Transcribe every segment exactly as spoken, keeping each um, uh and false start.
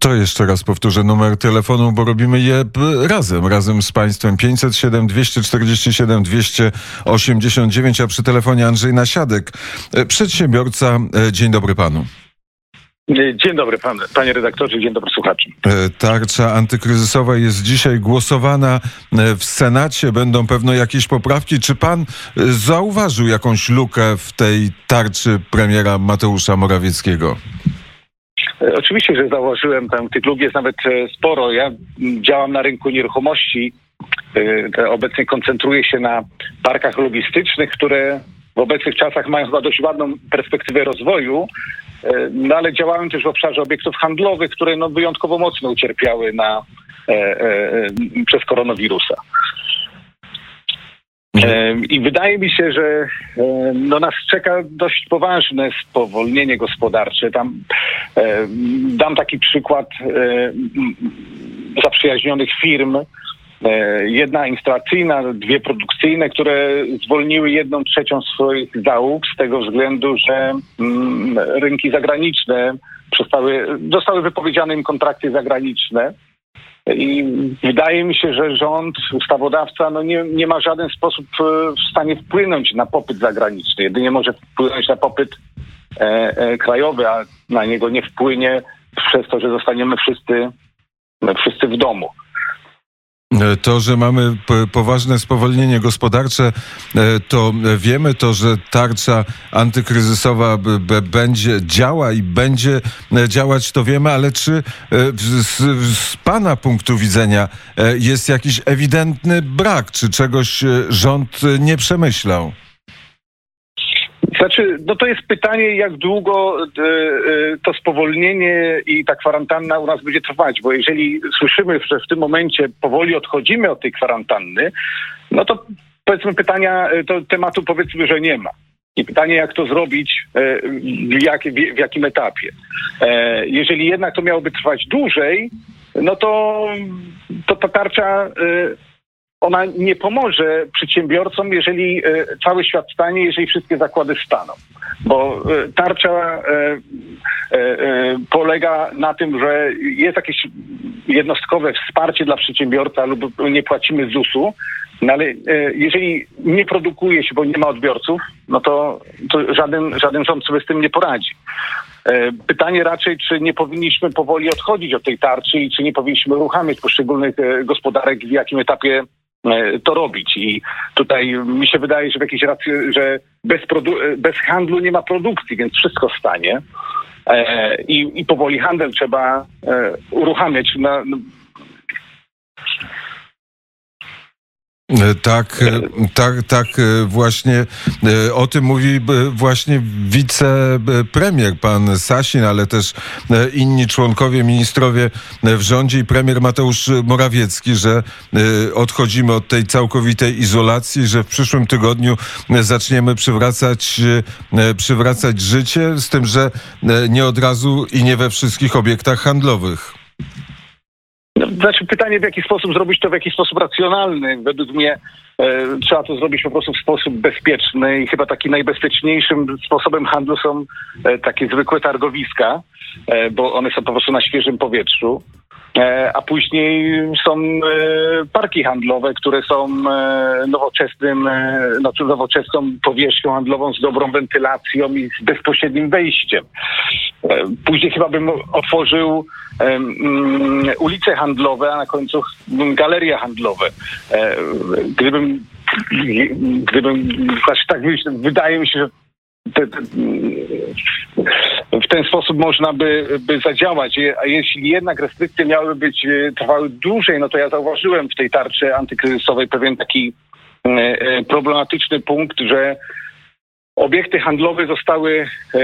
To jeszcze raz powtórzę numer telefonu, bo robimy je razem, razem z Państwem. pięćset siedem, dwieście czterdzieści siedem, dwieście osiemdziesiąt dziewięć, a przy telefonie Andrzej Nasiadek, przedsiębiorca. Dzień dobry panu. Dzień dobry pan, panie redaktorze, dzień dobry słuchaczom. Tarcza antykryzysowa jest dzisiaj głosowana w Senacie. Będą pewno jakieś poprawki. Czy pan zauważył jakąś lukę w tej tarczy premiera Mateusza Morawieckiego? Oczywiście, że zauważyłem, tam tych luk jest nawet sporo. Ja działam na rynku nieruchomości. Obecnie koncentruję się na parkach logistycznych, które w obecnych czasach mają chyba dość ładną perspektywę rozwoju, no ale działałem też w obszarze obiektów handlowych, które no wyjątkowo mocno ucierpiały na, e, e, przez koronawirusa. E, I wydaje mi się, że e, no nas czeka dość poważne spowolnienie gospodarcze. Tam e, dam taki przykład e, zaprzyjaźnionych firm. Jedna instalacyjna, dwie produkcyjne, które zwolniły jedną trzecią swoich załóg z tego względu, że mm, rynki zagraniczne przestały, zostały wypowiedziane im kontrakty zagraniczne. I wydaje mi się, że rząd, ustawodawca no nie, nie ma w żaden sposób w stanie wpłynąć na popyt zagraniczny. Jedynie może wpłynąć na popyt e, e, krajowy, a na niego nie wpłynie przez to, że zostaniemy wszyscy, wszyscy w domu. To, że mamy poważne spowolnienie gospodarcze, to wiemy. To, że tarcza antykryzysowa będzie działa i będzie działać, to wiemy, ale czy z, z pana punktu widzenia jest jakiś ewidentny brak, czy czegoś rząd nie przemyślał? Znaczy, no to jest pytanie, jak długo y, y, to spowolnienie i ta kwarantanna u nas będzie trwać, bo jeżeli słyszymy, że w tym momencie powoli odchodzimy od tej kwarantanny, no to powiedzmy pytania, to tematu powiedzmy, że nie ma. I pytanie, jak to zrobić, y, w, jak, w, w jakim etapie. E, jeżeli jednak to miałoby trwać dłużej, no to, to ta tarcza... Y, ona nie pomoże przedsiębiorcom, jeżeli e, cały świat stanie, jeżeli wszystkie zakłady staną. Bo e, tarcza e, e, polega na tym, że jest jakieś jednostkowe wsparcie dla przedsiębiorca lub nie płacimy zusu, no ale e, jeżeli nie produkuje się, bo nie ma odbiorców, no to, to żaden, żaden rząd sobie z tym nie poradzi. E, pytanie raczej, czy nie powinniśmy powoli odchodzić od tej tarczy i czy nie powinniśmy uruchamiać poszczególnych e, gospodarek, w jakim etapie to robić. I tutaj mi się wydaje, że w jakiejś racji, że bez, produ- bez handlu nie ma produkcji, więc wszystko stanie. E, i, I powoli handel trzeba e, uruchamiać. Na, no. Tak, tak, tak, właśnie o tym mówi właśnie wicepremier pan Sasin, ale też inni członkowie, ministrowie w rządzie i premier Mateusz Morawiecki, że odchodzimy od tej całkowitej izolacji, że w przyszłym tygodniu zaczniemy przywracać, przywracać życie, z tym, że nie od razu i nie we wszystkich obiektach handlowych. Znaczy pytanie, w jaki sposób zrobić to w jakiś sposób racjonalny. Według mnie e, trzeba to zrobić po prostu w sposób bezpieczny i chyba takim najbezpieczniejszym sposobem handlu są e, takie zwykłe targowiska, e, bo one są po prostu na świeżym powietrzu. E, a później są e, parki handlowe, które są e, nowoczesnym, e, znaczy nowoczesną powierzchnią handlową z dobrą wentylacją i z bezpośrednim wejściem. E, później chyba bym otworzył e, um, ulice handlowe, a na końcu galerie handlowe. E, gdybym, gdybym, znaczy tak myślę, wydaje mi się, że Te, te, w ten sposób można by, by zadziałać. A jeśli jednak restrykcje miały być trwały dłużej, no to ja zauważyłem w tej tarczy antykryzysowej pewien taki e, problematyczny punkt, że obiekty handlowe zostały e,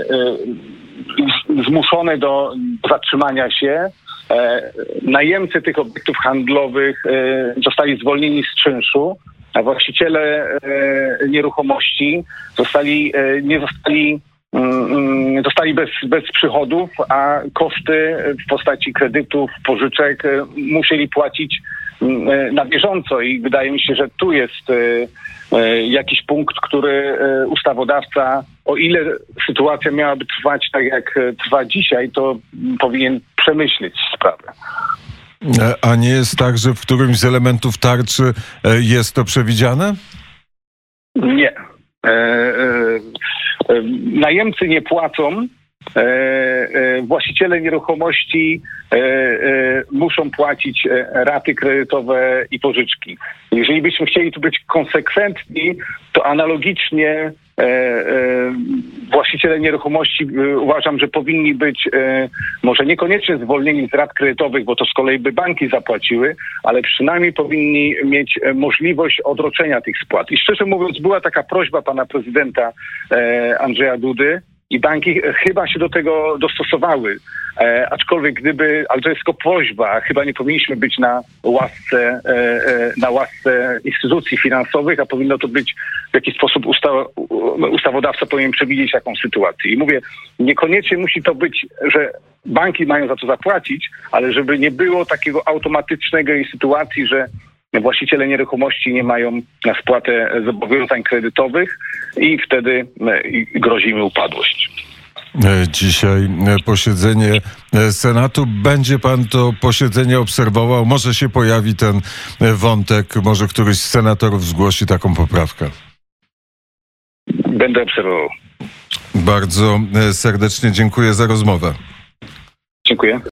e, zmuszone do zatrzymania się. E, najemcy tych obiektów handlowych e, zostali zwolnieni z czynszu, a właściciele e, nieruchomości zostali, e, nie zostali, mm, zostali bez, bez przychodów, a koszty w postaci kredytów, pożyczek e, musieli płacić e, na bieżąco i wydaje mi się, że tu jest e, e, jakiś punkt, który e, ustawodawca, o ile sytuacja miałaby trwać tak jak trwa dzisiaj, to powinien przemyśleć sprawę. A nie jest tak, że w którymś z elementów tarczy jest to przewidziane? Nie. E, e, e, najemcy nie płacą. E, e, właściciele nieruchomości e, e, muszą płacić raty kredytowe i pożyczki. Jeżeli byśmy chcieli tu być konsekwentni, to analogicznie e, e, właściciele nieruchomości e, uważam, że powinni być e, może niekoniecznie zwolnieni z rat kredytowych, bo to z kolei by banki zapłaciły, ale przynajmniej powinni mieć e, możliwość odroczenia tych spłat. I szczerze mówiąc, była taka prośba pana prezydenta e, Andrzeja Dudy, i banki chyba się do tego dostosowały. E, aczkolwiek gdyby, ale to jest tylko prośba, chyba nie powinniśmy być na łasce, e, e, na łasce instytucji finansowych, a powinno to być w jakiś sposób ustaw, ustawodawca powinien przewidzieć taką sytuację. I mówię, niekoniecznie musi to być, że banki mają za to zapłacić, ale żeby nie było takiego automatycznego sytuacji, że właściciele nieruchomości nie mają na spłatę zobowiązań kredytowych i wtedy grozi mi upadłość. Dzisiaj posiedzenie Senatu. Będzie pan to posiedzenie obserwował? Może się pojawi ten wątek, może któryś z senatorów zgłosi taką poprawkę? Będę obserwował. Bardzo serdecznie dziękuję za rozmowę. Dziękuję.